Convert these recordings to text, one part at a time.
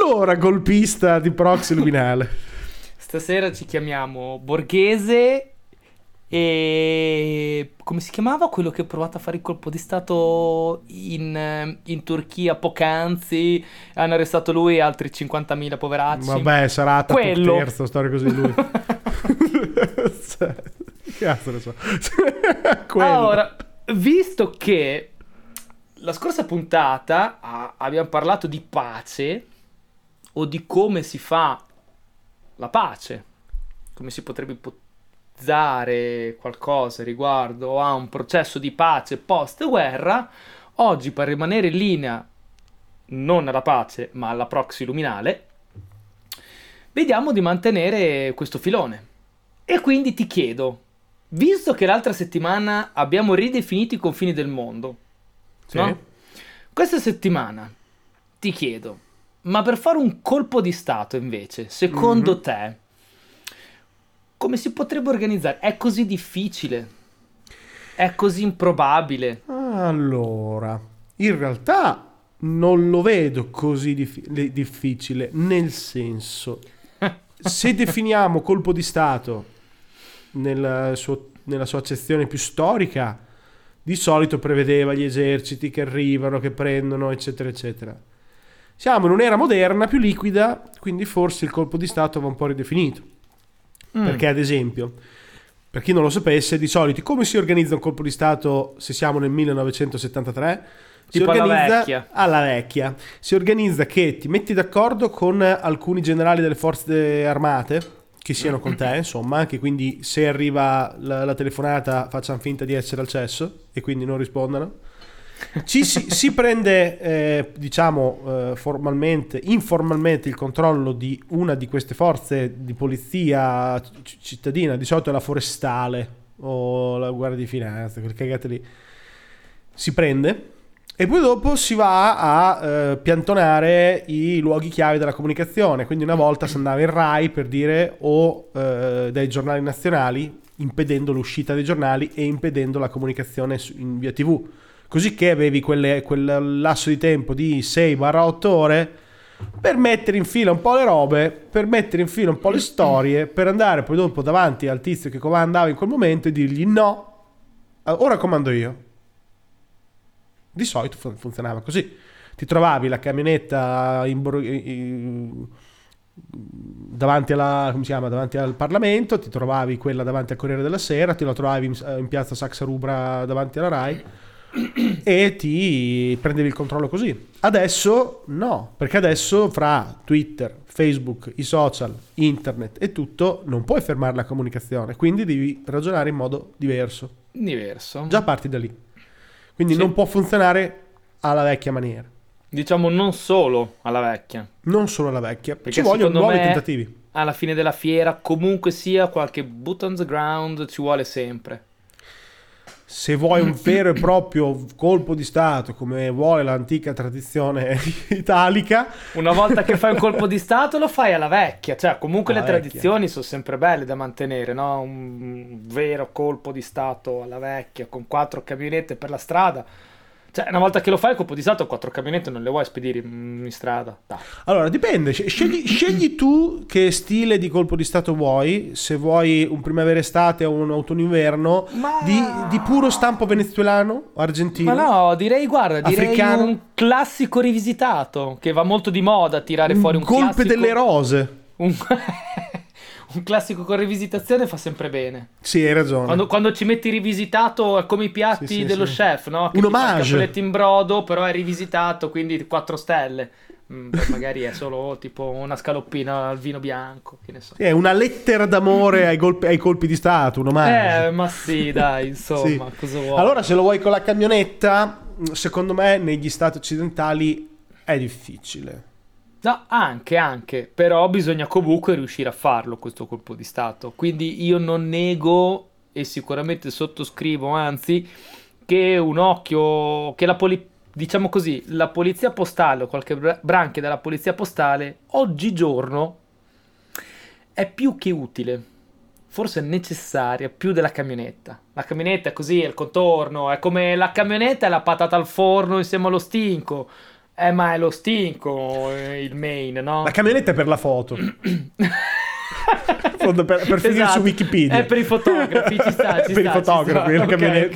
Allora, golpista di proxy luminale. Stasera ci chiamiamo Borghese e... come si chiamava quello che ha provato a fare il colpo di stato in Turchia poc'anzi? Hanno arrestato lui e altri 50.000 poveracci. Vabbè, sarà Atatürk Quello. terzo, storia così lui. Cazzo ne so. Quello. Allora, visto che la scorsa puntata abbiamo parlato di pace o di come si fa la pace, come si potrebbe ipotizzare qualcosa riguardo a un processo di pace post guerra, oggi, per rimanere in linea non alla pace ma alla proxy luminale, vediamo di mantenere questo filone. E quindi ti chiedo, visto che l'altra settimana abbiamo ridefinito i confini del mondo, Sì. no? Questa settimana ti chiedo, ma per fare un colpo di stato invece, secondo te, come si potrebbe organizzare? È così difficile? È così improbabile? Allora, in realtà non lo vedo così difficile, nel senso, se definiamo colpo di stato nella sua accezione più storica, di solito prevedeva gli eserciti che arrivano, che prendono, eccetera, eccetera. Siamo in un'era moderna, più liquida, quindi forse il colpo di stato va un po' ridefinito. Perché, ad esempio, per chi non lo sapesse, di solito come si organizza un colpo di stato se siamo nel 1973? Tipo si organizza alla vecchia. alla vecchia. Si organizza che ti metti d'accordo con alcuni generali delle forze armate che siano con te, insomma, che quindi se arriva la telefonata facciano finta di essere al cesso e quindi non rispondano. Si prende, formalmente, informalmente il controllo di una di queste forze di polizia cittadina, di solito è la forestale o la guardia di finanza, quelle cagate lì. Si prende e poi dopo si va a piantonare i luoghi chiave della comunicazione. Quindi una volta si andava in Rai, per dire, o dai giornali nazionali, impedendo l'uscita dei giornali e impedendo la comunicazione in via TV. Così che avevi quel lasso di tempo di 6-8 ore per mettere in fila un po' le robe, per mettere in fila un po' le storie, per andare poi dopo davanti al tizio che comandava in quel momento e dirgli no, ora comando io. Di solito funzionava così. Ti trovavi la camionetta davanti davanti al Parlamento, ti trovavi quella davanti al Corriere della Sera, ti la trovavi in piazza Saxa Rubra davanti alla Rai e ti prendevi il controllo così. Adesso no, perché adesso fra Twitter, Facebook, i social, internet e tutto non puoi fermare la comunicazione, quindi devi ragionare in modo diverso. Già parti da lì. Quindi non può funzionare alla vecchia maniera. Diciamo non solo alla vecchia. Non solo alla vecchia, perché ci vogliono nuovi tentativi. Alla fine della fiera, comunque sia, qualche boot on the ground ci vuole sempre. Se vuoi un vero e proprio colpo di stato, come vuole l'antica tradizione italica, una volta che fai un colpo di stato lo fai alla vecchia. Cioè, comunque alla le vecchia. tradizioni sono sempre belle da mantenere, no? Un vero colpo di stato alla vecchia con 4 camionette per la strada. Cioè, una volta che lo fai il colpo di stato, 4 camionette non le vuoi spedire in strada. Dai. Allora, dipende. Scegli tu che stile di colpo di stato vuoi. Se vuoi un primavera-estate o un autunno-inverno di puro stampo venezuelano, argentino. Ma no, direi africano. Un classico rivisitato, che va molto di moda tirare fuori un golpe classico. delle rose. Un classico con rivisitazione fa sempre bene. Sì, hai ragione. Quando ci metti rivisitato è come i piatti dello chef, no? Che un ti fa omaggio. capelletti in brodo, però è rivisitato, quindi 4 stelle. Magari è solo tipo una scaloppina al vino bianco, che ne so. Sì, è una lettera d'amore ai colpi di stato, un omaggio. Ma sì, dai, insomma, Sì. cosa vuoi? Allora, se lo vuoi con la camionetta, secondo me negli stati occidentali è difficile. No, anche, però bisogna comunque riuscire a farlo questo colpo di stato. Quindi io non nego e sicuramente sottoscrivo, anzi, che un occhio, che diciamo così, la polizia postale o qualche branchia della polizia postale oggigiorno è più che utile, forse necessaria, più della camionetta. La camionetta è così, è il contorno, è come la camionetta e la patata al forno insieme allo stinco. Ma è lo stinco, il main, no? La camionetta è per la foto. Per finire Esatto. su Wikipedia. È per i fotografi, ci sta, Per i fotografi, la Ok, camionetta.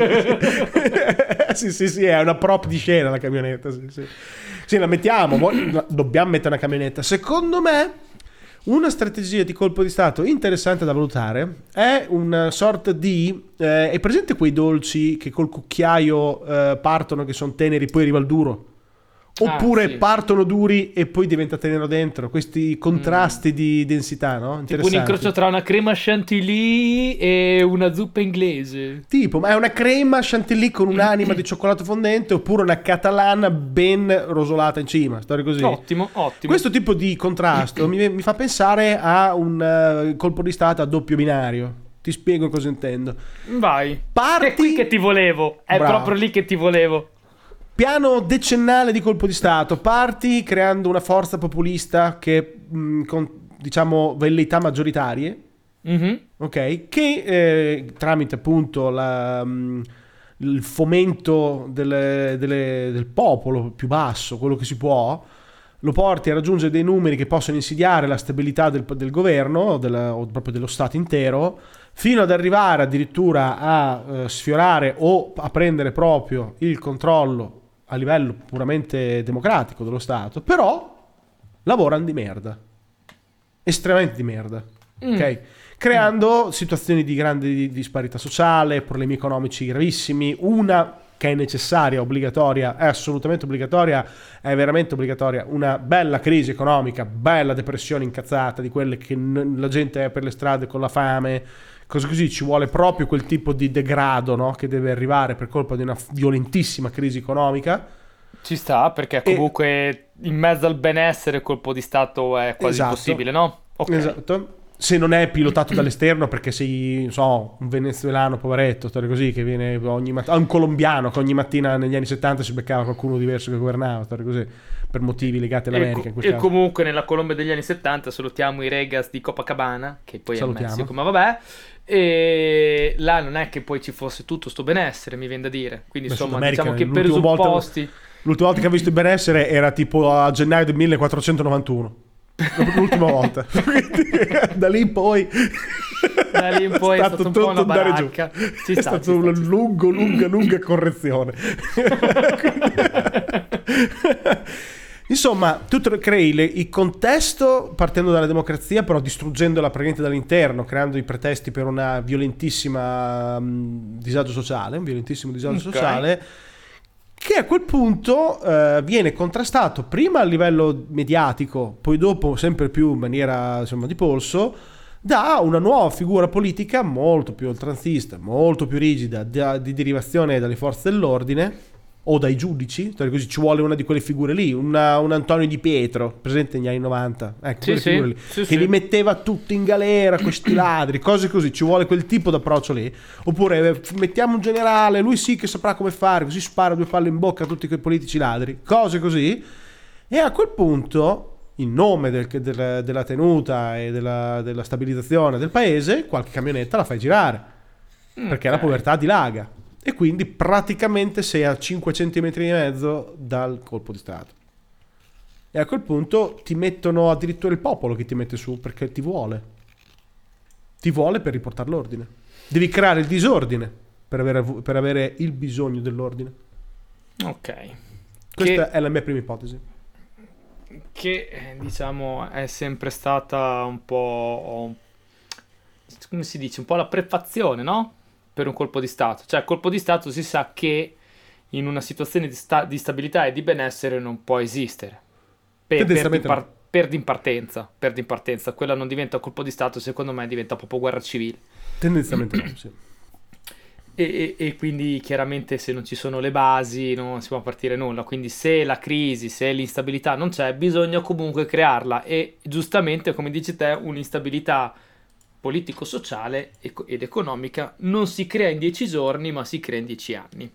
ok. Sì, è una prop di scena la camionetta. Sì, la mettiamo. Dobbiamo mettere una camionetta. Secondo me, una strategia di colpo di stato interessante da valutare è una sorta di... è presente quei dolci che col cucchiaio partono, che sono teneri, poi arriva il duro? Oppure sì. partono duri e poi diventa tenero dentro, questi contrasti di densità, no? Tipo un incrocio tra una crema chantilly e una zuppa inglese. Tipo, ma è una crema chantilly con un'anima di cioccolato fondente oppure una catalana ben rosolata in cima, storia così. Ottimo, ottimo. Questo tipo di contrasto mi fa pensare a un colpo di stato a doppio binario. Ti spiego cosa intendo. Vai. Parti... È qui che ti volevo. È Bravo. proprio lì che ti volevo. Piano decennale di colpo di stato, parti creando una forza populista che con, diciamo, velleità maggioritarie, ok, che tramite appunto il fomento del popolo più basso, quello che si può, lo porti a raggiungere dei numeri che possono insidiare la stabilità del governo o proprio dello Stato intero, fino ad arrivare addirittura a sfiorare o a prendere proprio il controllo a livello puramente democratico dello Stato, però lavorano di merda, estremamente di merda, ok? Creando situazioni di grande disparità sociale, problemi economici gravissimi, una che è necessaria, obbligatoria, è assolutamente obbligatoria, è veramente obbligatoria, una bella crisi economica, bella depressione incazzata di quelle che la gente è per le strade con la fame, così così, ci vuole proprio quel tipo di degrado, no? Che deve arrivare per colpa di una violentissima crisi economica. Ci sta, perché comunque in mezzo al benessere il colpo di stato è quasi impossibile, no? Okay. Esatto. Se non è pilotato dall'esterno, perché sei, non so, un venezuelano poveretto, storia così, che viene un colombiano che ogni mattina negli anni 70 si beccava qualcuno diverso che governava, storia così, per motivi legati all'America. E comunque nella Colombia degli anni 70 salutiamo i Regas di Copacabana, che poi è in Messico, ma vabbè. E là non è che poi ci fosse tutto sto benessere, mi viene da dire. Quindi insomma, diciamo che per presupposti... L'ultima volta che ho visto il benessere era tipo a gennaio del 1491. L'ultima volta. Da lì in poi è stato un po' una baracca. È stata una lunga correzione. Insomma, tu crei il contesto partendo dalla democrazia, però distruggendola praticamente dall'interno, creando i pretesti per una violentissima disagio sociale, un violentissimo disagio sociale, che a quel punto viene contrastato prima a livello mediatico, poi dopo sempre più in maniera, insomma, di polso, da una nuova figura politica molto più oltranzista, molto più rigida, di derivazione dalle forze dell'ordine o dai giudici, così ci vuole una di quelle figure lì, un Antonio Di Pietro, presente negli anni 90, ecco, quelle figure lì, che li metteva tutti in galera, questi ladri, cose così, ci vuole quel tipo d'approccio lì. Oppure mettiamo un generale, lui sì che saprà come fare, così spara due palle in bocca a tutti quei politici ladri, cose così, e a quel punto, in nome della tenuta e della stabilizzazione del paese, qualche camionetta la fai girare, perché la povertà dilaga. E quindi praticamente sei a 5 centimetri e mezzo dal colpo di stato. E a quel punto ti mettono addirittura il popolo che ti mette su, perché ti vuole. Ti vuole per riportare l'ordine. Devi creare il disordine per avere il bisogno dell'ordine. Ok. Questa è la mia prima ipotesi. Che diciamo è sempre stata un po', come si dice, un po' la prefazione, no? Per un colpo di stato, cioè il colpo di stato si sa che in una situazione di stabilità e di benessere non può esistere per d'impartenza, quella non diventa colpo di stato, secondo me diventa proprio guerra civile, tendenzialmente no, sì. E quindi chiaramente se non ci sono le basi non si può partire nulla, quindi se la crisi, se l'instabilità non c'è, bisogna comunque crearla, e giustamente come dici te un'instabilità politico-sociale ed economica non si crea in 10 giorni, ma si crea in 10 anni.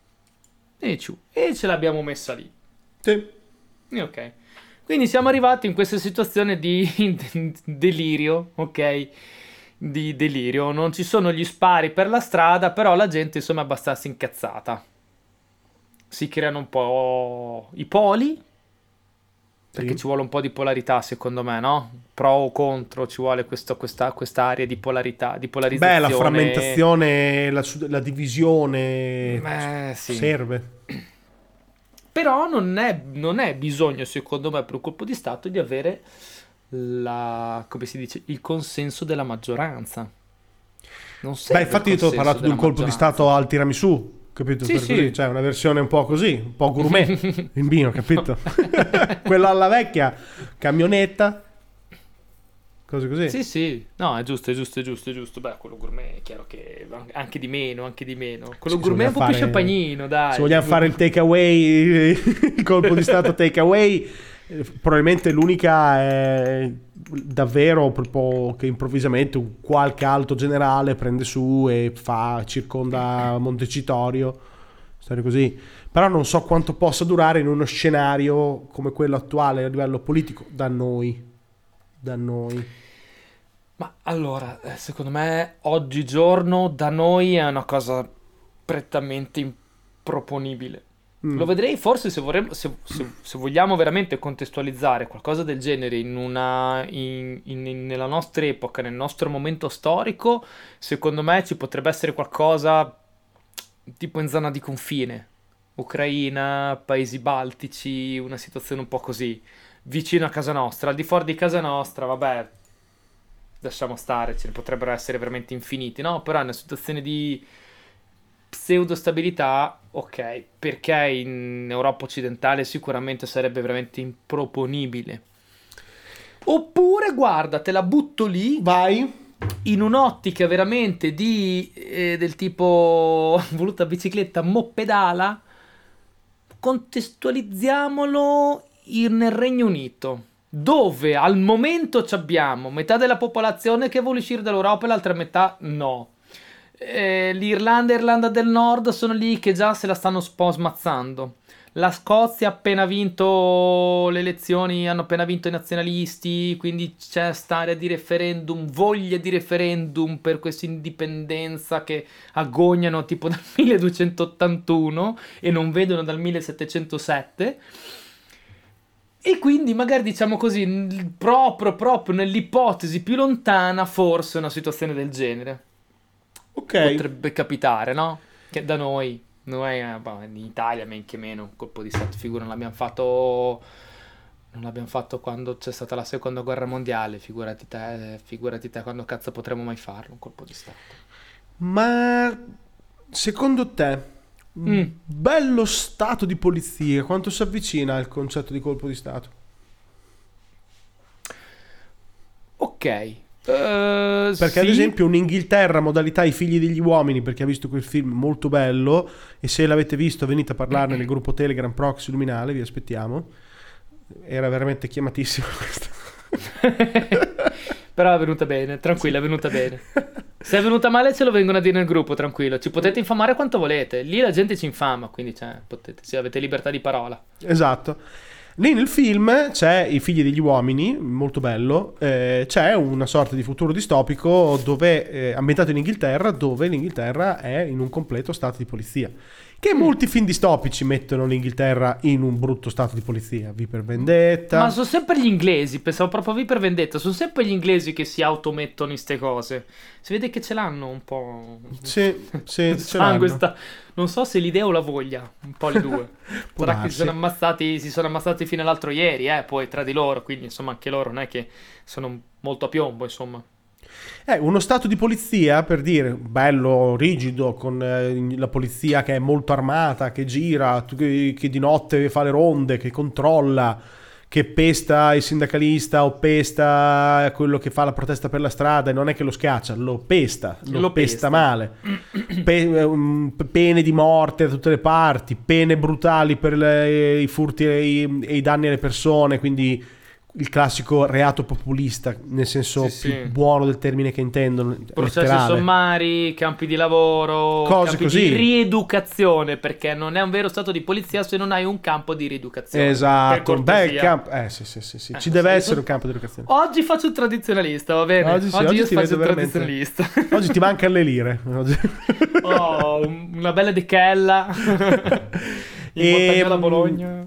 E ce l'abbiamo messa lì. Sì. Ok. Quindi siamo arrivati in questa situazione di delirio, ok? Di delirio. Non ci sono gli spari per la strada, però la gente insomma è abbastanza incazzata. si creano un po' i poli, perché ci vuole un po' di polarità, secondo me, no? Pro o contro, ci vuole questa area di polarità, di polarizzazione. Beh, la frammentazione, la divisione sì. serve. Però non è bisogno, secondo me, per un colpo di Stato di avere come si dice, il consenso della maggioranza. Non serve. Beh, infatti io ti ho parlato di un colpo di Stato al tiramisù, capito? Sì, sì. Così, cioè una versione un po' così, un po' gourmet, in vino, capito? Quella alla vecchia, camionetta, cose così. Sì, sì, no, è giusto. Beh, quello gourmet è chiaro che anche di meno. Quello Sì, gourmet è un po' più champagnino, dai. Se vogliamo fare il take away, il colpo di Stato take away, probabilmente l'unica è davvero proprio che improvvisamente un qualche alto generale prende su e circonda Montecitorio, storia così. Però non so quanto possa durare in uno scenario come quello attuale a livello politico da noi. Ma allora, secondo me oggigiorno da noi è una cosa prettamente improponibile. Lo vedrei forse se vogliamo veramente contestualizzare qualcosa del genere nella nostra epoca, nel nostro momento storico, secondo me ci potrebbe essere qualcosa tipo in zona di confine, Ucraina, paesi baltici, una situazione un po' così, vicino a casa nostra. Al di fuori di casa nostra, vabbè, lasciamo stare, ce ne potrebbero essere veramente infiniti, no? Però è una situazione di pseudo stabilità, ok, perché in Europa occidentale sicuramente sarebbe veramente improponibile. Oppure, guarda, te la butto lì, Vai. in un'ottica veramente del tipo voluta bicicletta moppedala, contestualizziamolo nel Regno Unito, dove al momento abbiamo metà della popolazione che vuole uscire dall'Europa e l'altra metà no. L'Irlanda e Irlanda del Nord sono lì che già se la stanno un po' smazzando. La Scozia ha appena vinto le elezioni, hanno appena vinto i nazionalisti, quindi c'è stare di referendum, voglia di referendum per questa indipendenza che agognano tipo dal 1281 e non vedono dal 1707. E quindi magari diciamo così, proprio nell'ipotesi più lontana, forse una situazione del genere. Ok. Potrebbe capitare, no? Che da noi in Italia men che meno un colpo di Stato, figura, non l'abbiamo fatto quando c'è stata la seconda guerra mondiale, figurati te quando cazzo potremo mai farlo un colpo di Stato. Ma secondo te bello stato di polizia quanto si avvicina al concetto di colpo di Stato? Ok. Perché sì. ad esempio un'Inghilterra modalità I figli degli uomini, perché ha visto quel film molto bello e se l'avete visto venite a parlarne nel gruppo Telegram Proxy Luminale, vi aspettiamo, era veramente chiamatissimo questo. Però è venuta bene, tranquilla, è venuta bene. Se è venuta male ce lo vengono a dire nel gruppo, tranquillo, ci potete infamare quanto volete, lì la gente ci infama, quindi avete libertà di parola. Esatto. Lì nel film c'è I figli degli uomini, molto bello, c'è una sorta di futuro distopico dove ambientato in Inghilterra, dove l'Inghilterra è in un completo stato di polizia. Che molti film distopici mettono l'Inghilterra in un brutto stato di polizia. V per Vendetta. Ma sono sempre gli inglesi, pensavo proprio a V per Vendetta, sono sempre gli inglesi che si automettono in ste cose. Si vede che ce l'hanno un po'. Sì, ce l'hanno. Non so se l'idea o la voglia, un po' le due. Sarà che si sono ammazzati fino all'altro ieri, poi tra di loro, quindi insomma anche loro non è che sono molto a piombo, insomma. Uno stato di polizia, per dire, bello, rigido, con la polizia che è molto armata, che gira, che di notte fa le ronde, che controlla, che pesta il sindacalista o pesta quello che fa la protesta per la strada, e non è che lo schiaccia, lo pesta male. Pene di morte da tutte le parti, pene brutali per i furti e i danni alle persone, quindi il classico reato populista nel senso più buono del termine che intendono, processi letterale. sommari, campi di lavoro, cose campi così di rieducazione, perché non è un vero stato di polizia se non hai un campo di rieducazione. Esatto, sì. Ci deve essere un campo di educazione. Oggi faccio il tradizionalista, va bene? Oggi io faccio il tradizionalista. Oggi ti mancano le lire. Oh, una bella dechella In Montagnana Bologna.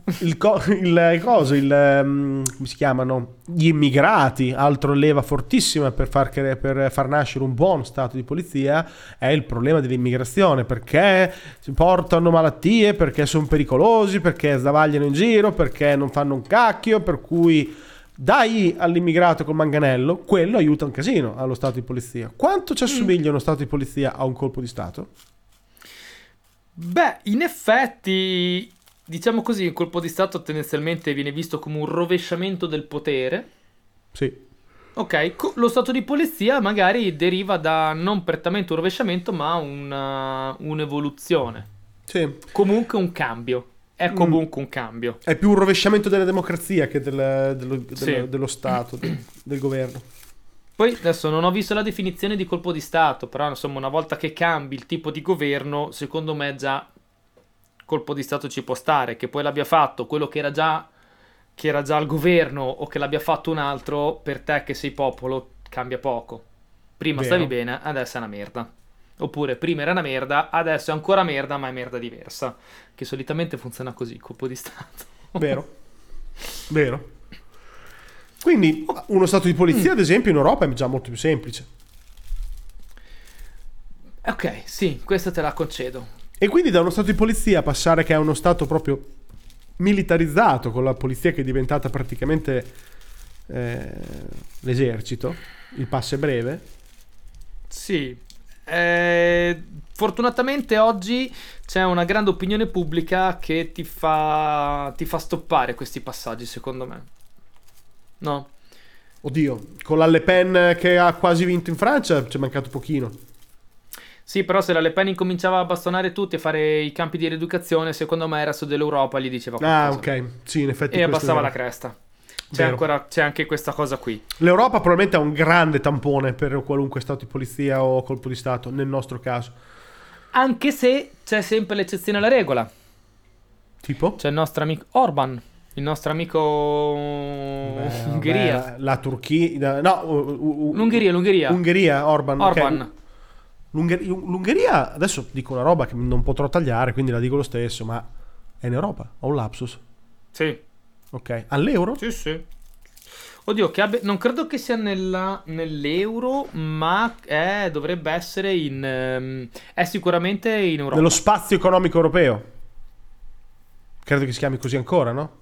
Come si chiamano? Gli immigrati, altro leva fortissima per far nascere un buon stato di polizia, è il problema dell'immigrazione, perché si portano malattie, perché sono pericolosi, perché sbavagliano in giro, perché non fanno un cacchio, per cui dai all'immigrato col manganello, quello aiuta un casino allo stato di polizia. Quanto ci assomiglia uno stato di polizia a un colpo di stato? Beh, in effetti, diciamo così, il colpo di stato tendenzialmente viene visto come un rovesciamento del potere. Sì. Ok, lo stato di polizia magari deriva da non prettamente un rovesciamento, ma un'evoluzione. Sì. Comunque un cambio. È comunque un cambio. È più un rovesciamento della democrazia che Sì. dello Stato, del governo. Poi adesso non ho visto la definizione di colpo di stato, però insomma una volta che cambi il tipo di governo, secondo me già colpo di stato ci può stare, che poi l'abbia fatto quello che era già al governo o che l'abbia fatto un altro, per te che sei popolo cambia poco. Prima Vero. stavi bene, adesso è una merda. Oppure prima era una merda, adesso è ancora merda, ma è merda diversa. Che solitamente funziona così, colpo di stato. Vero. Vero. Quindi uno stato di polizia, ad esempio, in Europa è già molto più semplice. Ok, sì, questa te la concedo. E quindi da uno stato di polizia passare che è uno stato proprio militarizzato, con la polizia che è diventata praticamente l'esercito, il passo è breve. Sì, fortunatamente oggi c'è una grande opinione pubblica che ti fa stoppare questi passaggi, secondo me. No? Oddio, con la Le Pen che ha quasi vinto in Francia ci è mancato pochino. Sì, però se la Le Pen incominciava a bastonare tutti e fare i campi di rieducazione, secondo me il resto dell'Europa gli diceva qualcosa. Ah, ok. Sì, in effetti E questo abbassava è la vero. cresta. Vero. C'è anche questa cosa qui. L'Europa probabilmente è un grande tampone per qualunque stato di polizia o colpo di stato, nel nostro caso. Anche se c'è sempre l'eccezione alla regola. Tipo? C'è il nostro amico Orban, il nostro amico Ungheria. Beh, la Turchia... No, L'Ungheria. Ungheria, Orban. Orban. Ok. L'Ungheria, adesso dico una roba che non potrò tagliare, quindi la dico lo stesso, ma è in Europa? Ho un lapsus? Sì. Ok. All'euro? Sì. Oddio, non credo che sia nell'euro, ma dovrebbe essere è sicuramente in Europa. Nello spazio economico europeo. Credo che si chiami così ancora, no?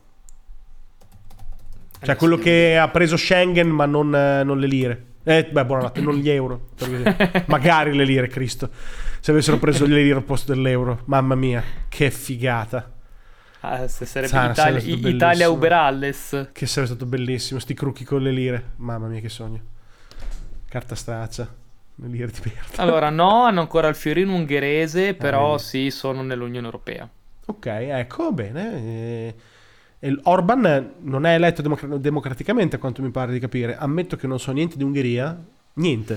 Cioè quello che ha preso Schengen ma non le lire. Buonanotte, non gli euro. Magari le lire, Cristo. Se avessero preso le lire al posto dell'euro. Mamma mia, che figata. Se sarebbe Sarebbe stato Italia bellissimo. Uberalles. Che sarebbe stato bellissimo, sti crucchi con le lire. Mamma mia, che sogno. Carta straccia. Le lire di merda. Allora, no, hanno ancora il fiorino ungherese, però vedi. sì, sono nell'Unione Europea. Ok, ecco, bene. Orban non è eletto democraticamente, a quanto mi pare di capire. Ammetto che non so niente di Ungheria. Niente.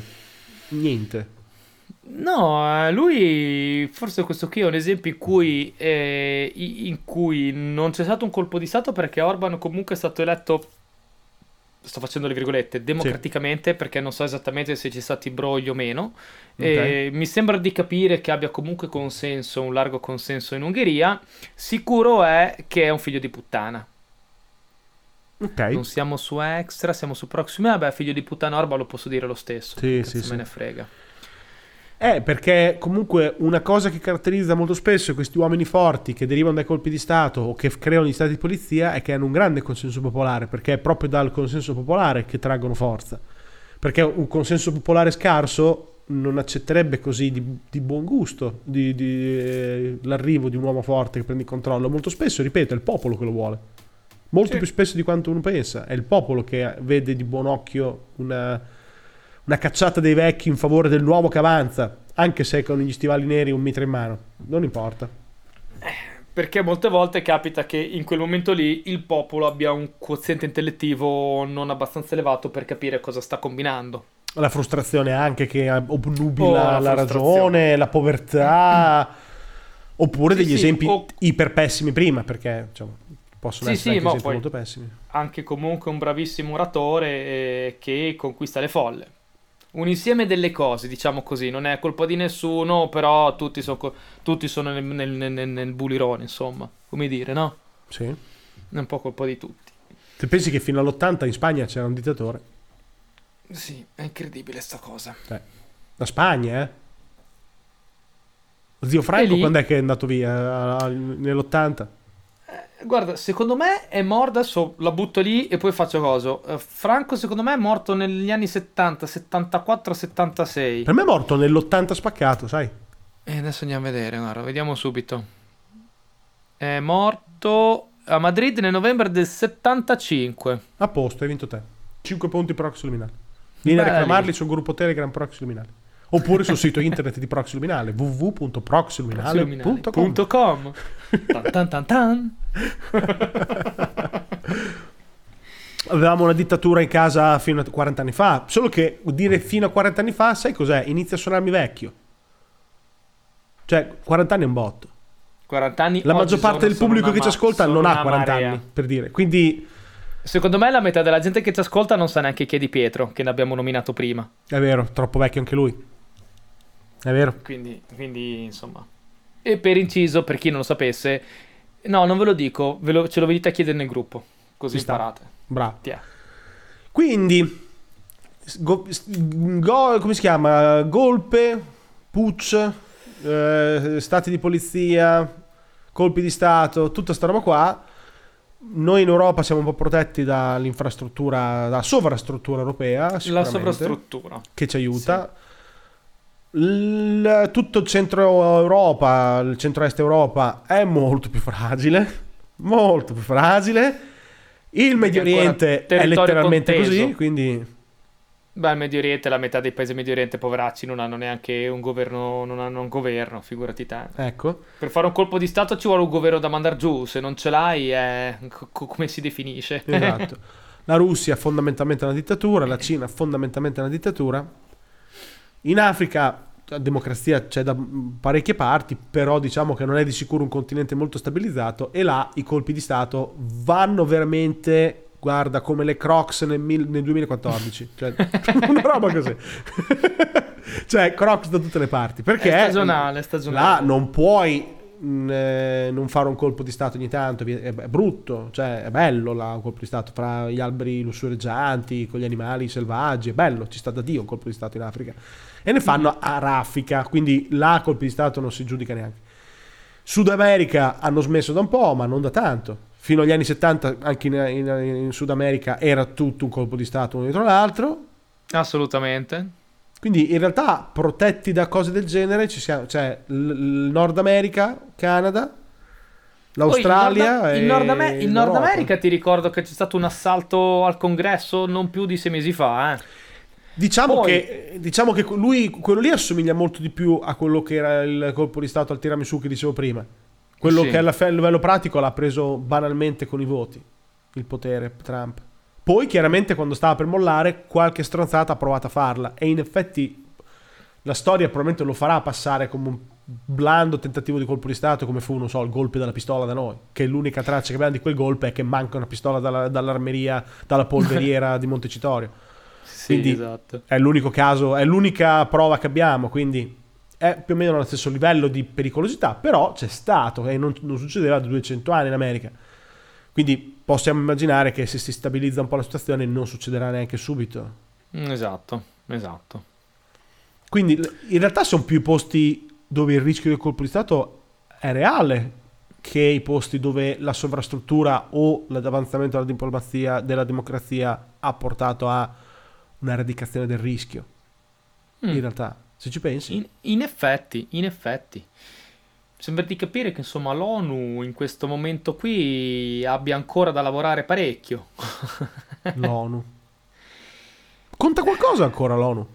No, lui forse questo qui è un esempio in cui non c'è stato un colpo di stato, perché Orban comunque è stato eletto, sto facendo le virgolette, democraticamente, perché non so esattamente se c'è stato imbroglio o meno. Ok. Mi sembra di capire che abbia comunque un largo consenso in Ungheria. Sicuro è che è un figlio di puttana. Ok. Non siamo su Extra, siamo su Proxima. Vabbè, figlio di puttana Orban lo posso dire lo stesso. Sì, Cazzo sì, me sì. ne frega. Perché comunque una cosa che caratterizza molto spesso questi uomini forti che derivano dai colpi di Stato o che creano gli stati di polizia è che hanno un grande consenso popolare, perché è proprio dal consenso popolare che traggono forza. Perché un consenso popolare scarso non accetterebbe così di buon gusto l'arrivo di un uomo forte che prende il controllo. Molto spesso, ripeto, è il popolo che lo vuole. Molto più spesso di quanto uno pensa. È il popolo che vede di buon occhio una cacciata dei vecchi in favore del nuovo che avanza, anche se con gli stivali neri e un mitra in mano. Non importa. Perché molte volte capita che in quel momento lì il popolo abbia un quoziente intellettivo non abbastanza elevato per capire cosa sta combinando. La frustrazione anche che obnubila La la ragione, la povertà, oppure degli esempi iper pessimi prima, perché diciamo, possono essere anche esempi molto pessimi. Anche comunque un bravissimo oratore che conquista le folle. un insieme delle cose, diciamo così, non è colpa di nessuno, però tutti sono nel bulirone, insomma, come dire, no? Sì. È un po' colpa di tutti. Se pensi che fino all'80 in Spagna c'era un dittatore? Sì, è incredibile sta cosa. La Spagna, Zio Franco lì? quando è che è andato via? Nell'80? Guarda, secondo me è morto, adesso la butto lì e poi faccio coso. Franco secondo me è morto negli anni 70, 74, 76. Per me è morto nell'80 spaccato, sai? E adesso andiamo a vedere, guarda, vediamo subito. È morto a Madrid nel novembre del 75. A posto, hai vinto te. 5 punti Proxy Luminale. Vieni a Belli. reclamarli sul gruppo Telegram Proxy Luminale. Oppure sul sito internet di Proxy Luminale, www.proxyluminale.com. Tan tan tan tan. Avevamo una dittatura in casa fino a 40 anni fa, solo che dire fino a 40 anni fa, sai cos'è? Inizia a suonarmi vecchio. Cioè, 40 anni è un botto. 40 anni. La maggior parte del pubblico che ci ascolta non ha 40 marea. anni, per dire. Quindi Secondo me la metà della gente che ci ascolta non sa neanche chi è Di Pietro, che ne abbiamo nominato prima. è vero, troppo vecchio anche lui. È vero. Quindi insomma. E per inciso, per chi non lo sapesse, no, non ve lo dico, ce lo venite a chiedere nel gruppo, così Ci sta. imparate. Bravo. Tiè. Quindi come si chiama? Golpe, putsch, stati di polizia, colpi di stato, tutta sta roba qua. Noi in Europa siamo un po' protetti dall'infrastruttura, dalla sovrastruttura europea, La sicuramente, sovrastruttura. che ci aiuta. Tutto il centro Europa, il centro-est Europa è molto più fragile, molto più fragile. Il Medio ancora Oriente è territorio letteralmente conteso. così, quindi Beh, il Medio Oriente, la metà dei paesi Medio Oriente poveracci non hanno neanche un governo, non hanno un governo, figurati te. ecco. Per fare un colpo di stato ci vuole un governo da mandare giù, se non ce l'hai come si definisce? Esatto. La Russia fondamentalmente è una dittatura, la Cina fondamentalmente è una dittatura. In Africa la democrazia c'è da parecchie parti, però diciamo che non è di sicuro un continente molto stabilizzato, e là i colpi di stato vanno veramente, guarda, come le Crocs nel 2014, cioè una roba così. Cioè Crocs da tutte le parti, perché È stagionale. là non puoi non fare un colpo di stato ogni tanto, è brutto, cioè è bello là, un colpo di stato fra gli alberi lussureggianti con gli animali selvaggi, è bello, ci sta da Dio un colpo di stato in Africa, e ne fanno a raffica, quindi là colpi di stato non si giudica neanche. Sud America hanno smesso da un po', ma non da tanto. Fino agli anni 70 anche in Sud America era tutto un colpo di stato uno dietro l'altro. Assolutamente. Quindi in realtà protetti da cose del genere ci siamo, cioè il Nord America, Canada, l'Australia Poi e il Nord l'Europa. America, ti ricordo che c'è stato un assalto al congresso non più di 6 mesi fa, Diciamo Poi- che quello lì assomiglia molto di più a quello che era il colpo di stato al tiramisù che dicevo prima. Quello Sì. che a livello pratico l'ha preso banalmente con i voti, il potere Trump. Poi chiaramente quando stava per mollare qualche stronzata ha provato a farla, e in effetti la storia probabilmente lo farà passare come un blando tentativo di colpo di stato, come fu, non so, il golpe della pistola da noi, che l'unica traccia che abbiamo di quel golpe è che manca una pistola dall'armeria, dalla polveriera di Montecitorio. Sì, Quindi esatto. è l'unico caso, è l'unica prova che abbiamo, quindi è più o meno allo stesso livello di pericolosità, però c'è stato, e non succedeva da 200 anni in America. Quindi possiamo immaginare che se si stabilizza un po' la situazione non succederà neanche subito. Esatto. Quindi in realtà sono più i posti dove il rischio del colpo di stato è reale che i posti dove la sovrastruttura o l'avanzamento della diplomazia, della democrazia ha portato a una radicazione del rischio. In realtà, se ci pensi. In effetti. Sembra di capire che insomma l'ONU in questo momento qui abbia ancora da lavorare parecchio. L'ONU. Conta qualcosa ancora l'ONU?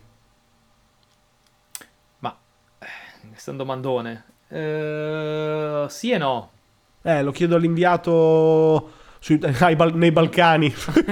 Ma questo è un domandone. Sì e no. Lo chiedo all'inviato nei Balcani.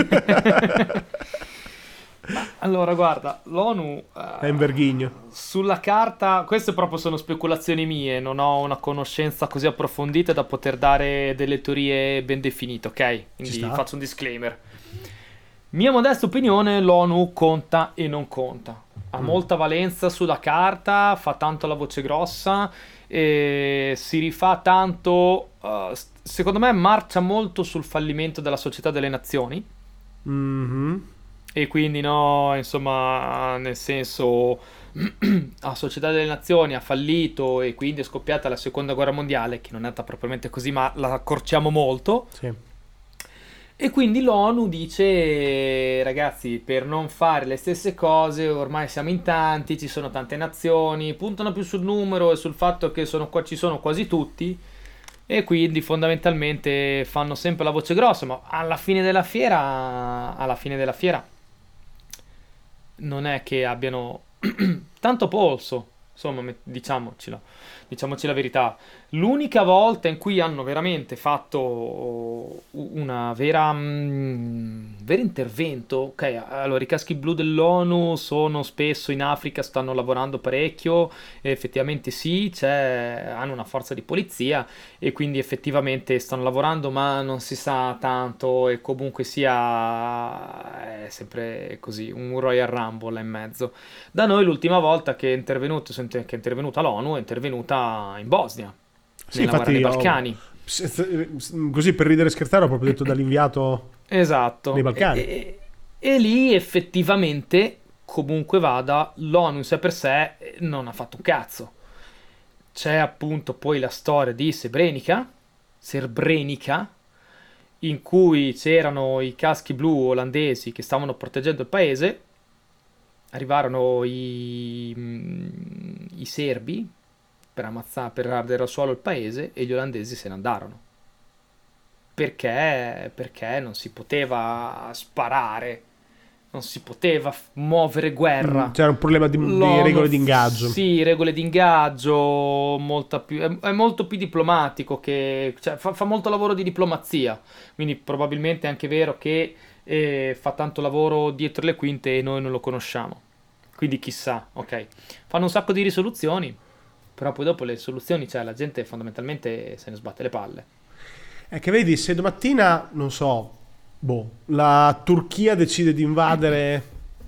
Allora, guarda, l'ONU È in Verghigno. sulla carta, queste proprio sono speculazioni mie, non ho una conoscenza così approfondita da poter dare delle teorie ben definite, ok? Quindi sta. faccio un disclaimer. Mia modesta opinione, l'ONU conta e non conta. Ha molta valenza sulla carta, fa tanto la voce grossa, e si rifà tanto, secondo me marcia molto sul fallimento della Società delle Nazioni. Mhm. E quindi no, insomma, nel senso, la Società delle Nazioni ha fallito e quindi è scoppiata la Seconda Guerra Mondiale, che non è andata propriamente così, ma la accorciamo molto. Sì. E quindi l'ONU dice, ragazzi, per non fare le stesse cose, ormai siamo in tanti, ci sono tante nazioni, puntano più sul numero e sul fatto che ci sono quasi tutti, e quindi fondamentalmente fanno sempre la voce grossa, ma alla fine della fiera non è che abbiano tanto polso, insomma, diciamoci la verità. L'unica volta in cui hanno veramente fatto una vero intervento, ok, allora i caschi blu dell'ONU sono spesso in Africa, stanno lavorando parecchio, e effettivamente sì, hanno una forza di polizia e quindi effettivamente stanno lavorando, ma non si sa tanto e comunque sia è sempre così, un Royal Rumble là in mezzo. Da noi l'ultima volta che è intervenuta l'ONU è intervenuta in Bosnia, Sì, nella guerra infatti dei Balcani. così per ridere e scherzare ho proprio detto dall'inviato Esatto. nei Balcani. E lì effettivamente, comunque vada, l'ONU in sé per sé non ha fatto un cazzo. C'è appunto poi la storia di Srebrenica, in cui c'erano i caschi blu olandesi che stavano proteggendo il paese. Arrivarono i serbi per ardere al suolo il paese e gli olandesi se ne andarono. Perché non si poteva sparare, non si poteva muovere guerra. C'era un problema di regole di ingaggio. Sì, regole di ingaggio, è molto più diplomatico cioè, fa molto lavoro di diplomazia, quindi probabilmente è anche vero che fa tanto lavoro dietro le quinte e noi non lo conosciamo. Quindi chissà, ok. Fanno un sacco di risoluzioni, però poi dopo le risoluzioni, cioè la gente fondamentalmente se ne sbatte le palle. È che vedi, se domattina, non so, la Turchia decide di invadere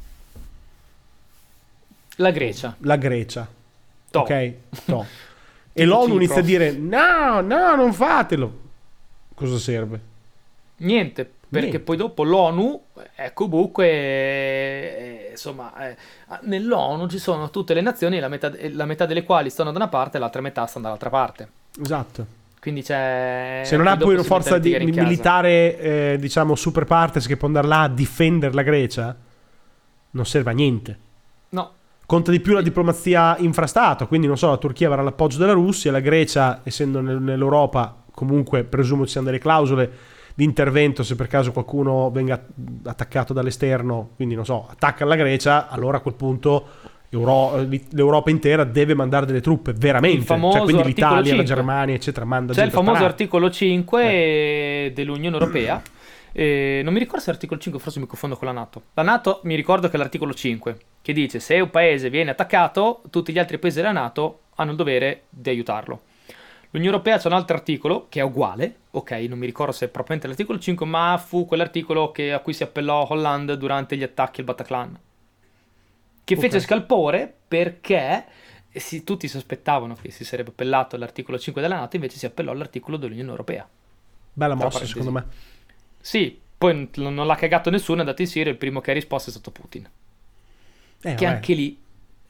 La Grecia. la Grecia, Toh. ok? No. E l'ONU inizia a dire no, non fatelo. Cosa serve? Niente, perché Niente. poi dopo l'ONU è comunque, insomma, nell'ONU ci sono tutte le nazioni, la metà delle quali stanno da una parte e l'altra metà stanno dall'altra parte. Esatto. Quindi c'è... Se non ha dopo poi una si forza mette a litigare in casa. militare, diciamo, super partes che può andare là a difendere la Grecia, non serve a niente. No, Conta di più la diplomazia infrastato, quindi non so, la Turchia avrà l'appoggio della Russia, la Grecia, essendo nell'Europa, comunque presumo ci siano delle clausole di intervento se per caso qualcuno venga attaccato dall'esterno, quindi non so, attacca la Grecia, allora a quel punto l'Europa intera deve mandare delle truppe, veramente. Il famoso Cioè, quindi articolo l'Italia, 5. la Germania, eccetera, manda c'è il gente a famoso sparare. articolo 5 dell'Unione Europea. Non mi ricordo se è l'articolo 5, forse mi confondo con la NATO. La NATO mi ricordo che è l'articolo 5, che dice se un paese viene attaccato, tutti gli altri paesi della NATO hanno il dovere di aiutarlo. L'Unione Europea c'è un altro articolo che è uguale, ok, non mi ricordo se è propriamente l'articolo 5, ma fu quell'articolo a cui si appellò Hollande durante gli attacchi al Bataclan, che fece scalpore perché tutti sospettavano che si sarebbe appellato all'articolo 5 della NATO, invece si appellò all'articolo dell'Unione Europea. Bella Tra mossa, parentesi. secondo me. Sì, poi non l'ha cagato nessuno, è andato in Siria, il primo che ha risposto è stato Putin. Che vabbè. anche lì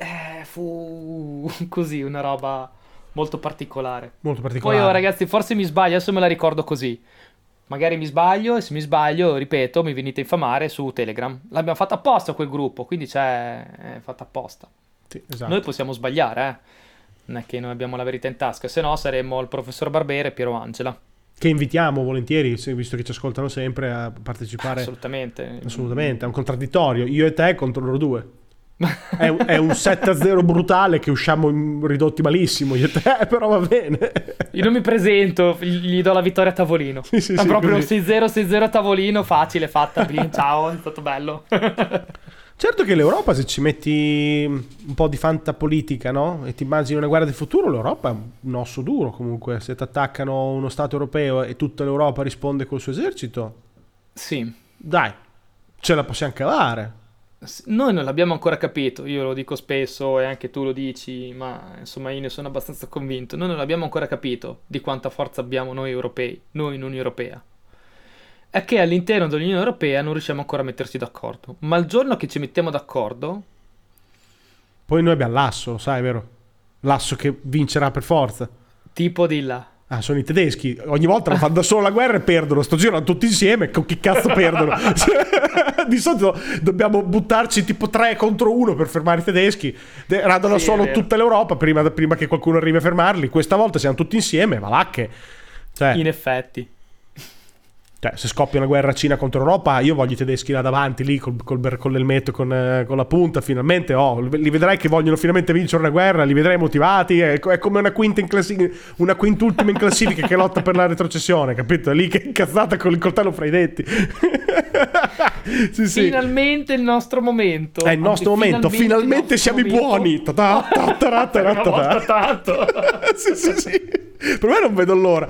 fu così una roba molto particolare. Molto Poi particolare. ragazzi, forse mi sbaglio, adesso me la ricordo così. Magari mi sbaglio, e se mi sbaglio, ripeto, mi venite a infamare su Telegram. L'abbiamo fatto apposta quel gruppo, quindi è fatto apposta. Sì, esatto. Noi possiamo sbagliare, non è che noi abbiamo la verità in tasca, se no saremmo il professor Barbera e Piero Angela. Che invitiamo volentieri, visto che ci ascoltano sempre, a partecipare. Assolutamente. Assolutamente, è un contraddittorio. Io e te contro loro due. È un 7-0 brutale che usciamo ridotti malissimo, io e te, però va bene. Io non mi presento, gli do la vittoria a tavolino. Sì, È proprio così. un 6-0 a tavolino, facile, fatta. Ciao, è stato bello. Certo che l'Europa, se ci metti un po' di fantapolitica, no? E ti immagini una guerra del futuro, l'Europa è un osso duro comunque. Se ti attaccano uno Stato europeo e tutta l'Europa risponde col suo esercito, Sì. dai, ce la possiamo cavare. Noi non l'abbiamo ancora capito, io lo dico spesso e anche tu lo dici, ma insomma io ne sono abbastanza convinto. Noi non l'abbiamo ancora capito di quanta forza abbiamo noi europei, noi in Unione Europea. È che all'interno dell'Unione Europea non riusciamo ancora a metterci d'accordo. Ma il giorno che ci mettiamo d'accordo, Poi noi abbiamo l'asso, lo sai, vero? L'asso che vincerà per forza. tipo di là. Ah, sono i tedeschi. Ogni volta fanno da solo la guerra e perdono. Sto giro tutti insieme. Con chi cazzo perdono? Di solito dobbiamo buttarci tipo 3 contro 1 per fermare i tedeschi. Radono Sì, è solo vero. tutta l'Europa prima che qualcuno arrivi a fermarli. Questa volta siamo tutti insieme. Valacche. In effetti. Cioè, se scoppia una guerra Cina contro Europa, io voglio i tedeschi là davanti, lì con l'elmetto, con la punta. Finalmente, li vedrai che vogliono finalmente vincere una guerra, li vedrai motivati. È come una quinta in classifica, una quintultima in classifica che lotta per la retrocessione, capito? È lì che è incazzata con il coltello fra i denti. Sì. Finalmente il nostro momento. È il nostro momento, finalmente siamo i buoni. Una volta tanto. Sì. Per me non vedo l'ora.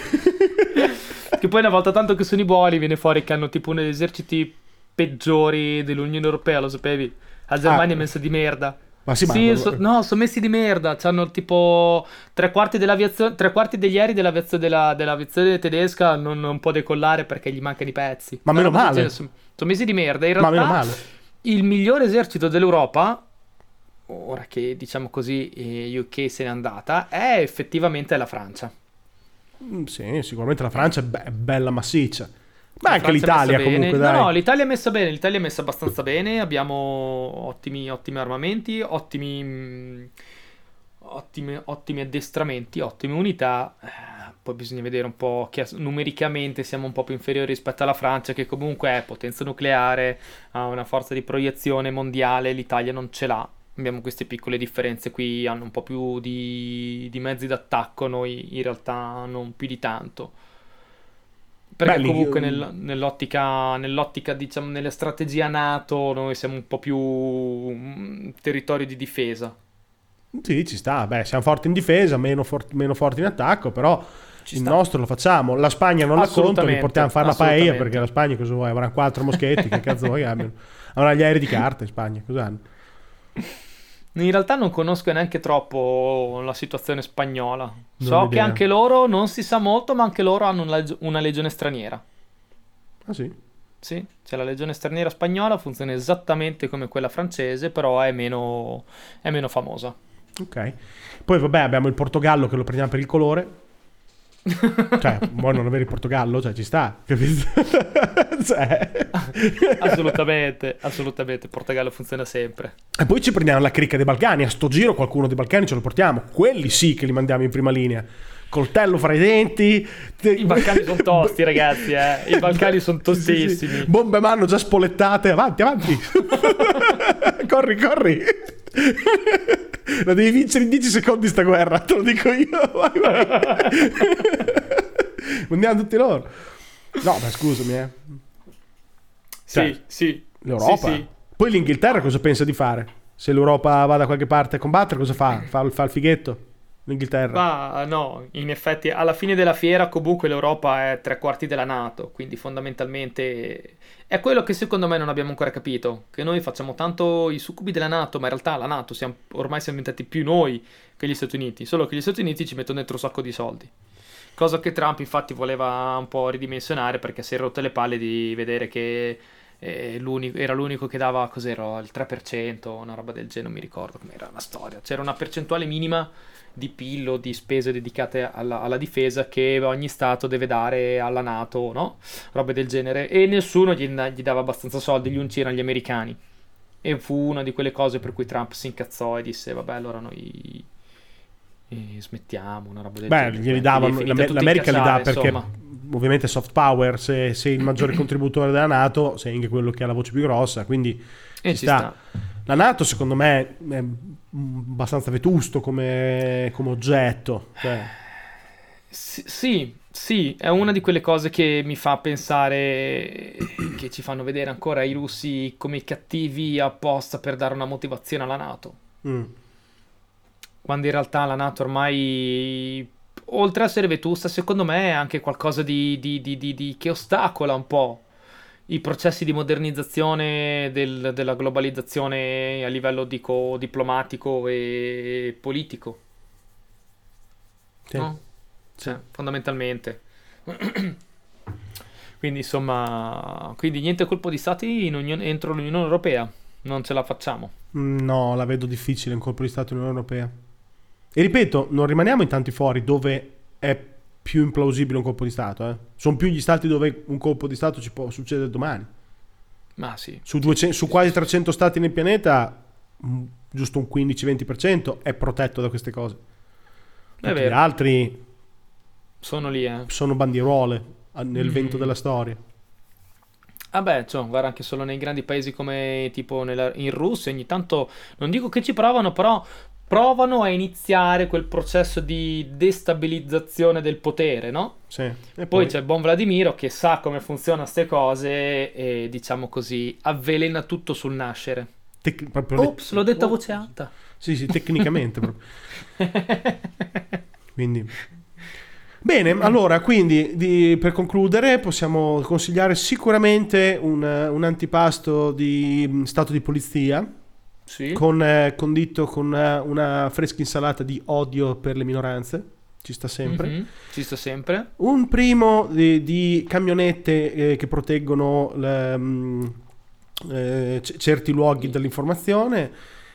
Che poi una volta tanto che sono i buoni viene fuori che hanno tipo uno degli eserciti peggiori dell'Unione Europea, lo sapevi? La Germania è messa di merda. Ma sì, no, sono messi di merda. C'hanno tipo tre quarti degli aerei dell'aviazione tedesca non può decollare perché gli mancano i pezzi. Ma meno male. Sono messi di merda. In Ma meno realtà male. il migliore esercito dell'Europa, ora che diciamo così UK se n'è andata, è effettivamente la Francia. Sì, sicuramente la Francia è bella massiccia. Ma La anche Francia è messa l'Italia bene. comunque, dai. No, l'Italia è messa bene, l'Italia è messa abbastanza bene, abbiamo ottimi armamenti, ottimi addestramenti, ottime unità. Poi bisogna vedere un po' che numericamente siamo un po' più inferiori rispetto alla Francia, che comunque è potenza nucleare, ha una forza di proiezione mondiale, l'Italia non ce l'ha. Abbiamo queste piccole differenze qui, hanno un po' più di mezzi d'attacco, noi in realtà non più di tanto. Perché comunque nell'ottica, diciamo, nella strategia NATO, noi siamo un po' più territorio di difesa. Sì, ci sta. Beh, siamo forti in difesa, meno forti in attacco, però il nostro lo facciamo. La Spagna non la conto, li portiamo a fare la paella, perché la Spagna cosa vuoi? Avranno 4 moschetti, che cazzo vuoi? Avranno gli aerei di carta in Spagna, cosa hanno? In realtà non conosco neanche troppo la situazione spagnola. So che idea. anche loro, non si sa molto, ma anche loro hanno una legione straniera. Ah sì? Sì, c'è la legione straniera spagnola, funziona esattamente come quella francese, però è meno famosa. Ok. Poi vabbè, abbiamo il Portogallo che lo prendiamo per il colore. Cioè, vuoi non avere il Portogallo? Cioè, ci sta, capito? Cioè. Assolutamente, il Portogallo funziona sempre. E poi ci prendiamo la cricca dei Balcani. A sto giro qualcuno dei Balcani ce lo portiamo. Quelli sì che li mandiamo in prima linea. Coltello fra i denti. I Balcani sono tosti, ragazzi, I Balcani sono tostissimi. Sì. Bombe a mano già spolettate. Avanti. corri. La devi vincere in 10 secondi sta guerra, te lo dico io. Vai. Mandiamo tutti loro. No, ma scusami, Cioè, Sì. l'Europa. Sì. Poi l'Inghilterra cosa pensa di fare? Se l'Europa va da qualche parte a combattere, cosa fa? Fa il fighetto? L'Inghilterra. Ma no, in effetti alla fine della fiera comunque l'Europa è tre quarti della NATO, quindi fondamentalmente è quello che secondo me non abbiamo ancora capito, che noi facciamo tanto i succubi della NATO, ma in realtà la NATO ormai siamo diventati più noi che gli Stati Uniti, solo che gli Stati Uniti ci mettono dentro un sacco di soldi. Cosa che Trump infatti voleva un po' ridimensionare perché si è rotto le palle di vedere che era l'unico che dava, cos'era, il 3%, una roba del genere, non mi ricordo com'era la storia. C'era una percentuale minima di PIL o di spese dedicate alla difesa che ogni stato deve dare alla NATO, no? Robe del genere. E nessuno gli dava abbastanza soldi, gli unici erano gli americani. E fu una di quelle cose per cui Trump si incazzò e disse, vabbè, allora noi smettiamo, una roba del genere. Glieli davano, l'America li dà perché ovviamente soft power, se sei il maggiore contributore della NATO, sei anche quello che ha la voce più grossa, quindi ci sta. La NATO secondo me è abbastanza vetusto come oggetto. Cioè. Sì, è una di quelle cose che mi fa pensare che ci fanno vedere ancora i russi come i cattivi apposta per dare una motivazione alla NATO. Quando in realtà la NATO ormai, oltre a essere vetusta, secondo me è anche qualcosa di che ostacola un po' i processi di modernizzazione della globalizzazione a livello, dico, diplomatico e politico. Sì. No? Cioè, fondamentalmente. Quindi, insomma, quindi niente colpo di stati entro l'Unione Europea. Non ce la facciamo. No, la vedo difficile un colpo di Stato in Unione Europea. E ripeto, non rimaniamo in tanti fori dove è più implausibile un colpo di Stato. Sono più gli stati dove un colpo di Stato ci può succedere domani. Ma sì. Su quasi 300 stati nel pianeta, giusto un 15-20% è protetto da queste cose. È Tutti gli vero. altri Sono lì, sono bandierole nel vento della storia. Vabbè, cioè, guarda, anche solo nei grandi paesi come tipo in Russia, ogni tanto, non dico che ci provano, però provano a iniziare quel processo di destabilizzazione del potere, no? Sì. E Poi c'è il buon Vladimiro che sa come funzionano ste cose e, diciamo così, avvelena tutto sul nascere. Ops, l'ho detto a voce alta. Sì, tecnicamente proprio. Quindi... Bene, allora, quindi per concludere possiamo consigliare sicuramente un antipasto di stato di polizia, sì, condito con una fresca insalata di odio per le minoranze, ci sta sempre. Ci sta sempre. Un primo di camionette che proteggono certi luoghi dell'informazione,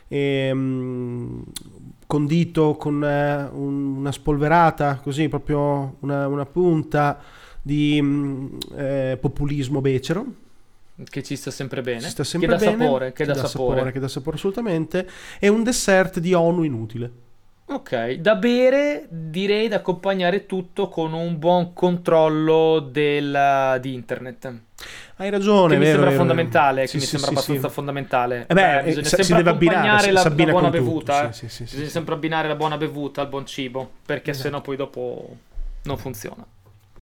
condito con una spolverata, così proprio una punta di populismo becero. Che ci sta sempre bene. Ci sta sempre che dà bene, sapore, che dà sapore. Che dà sapore assolutamente. E un dessert di ONU inutile. Ok, da bere direi da accompagnare tutto con un buon controllo di internet. Hai ragione, Che mi vero, sembra vero, fondamentale, vero. che mi sembra abbastanza fondamentale. si Bisogna sempre deve abbinare, accompagnare si la abbina buona con tutto. bevuta. Sì, Bisogna sempre abbinare la buona bevuta al buon cibo, perché sennò poi dopo non funziona.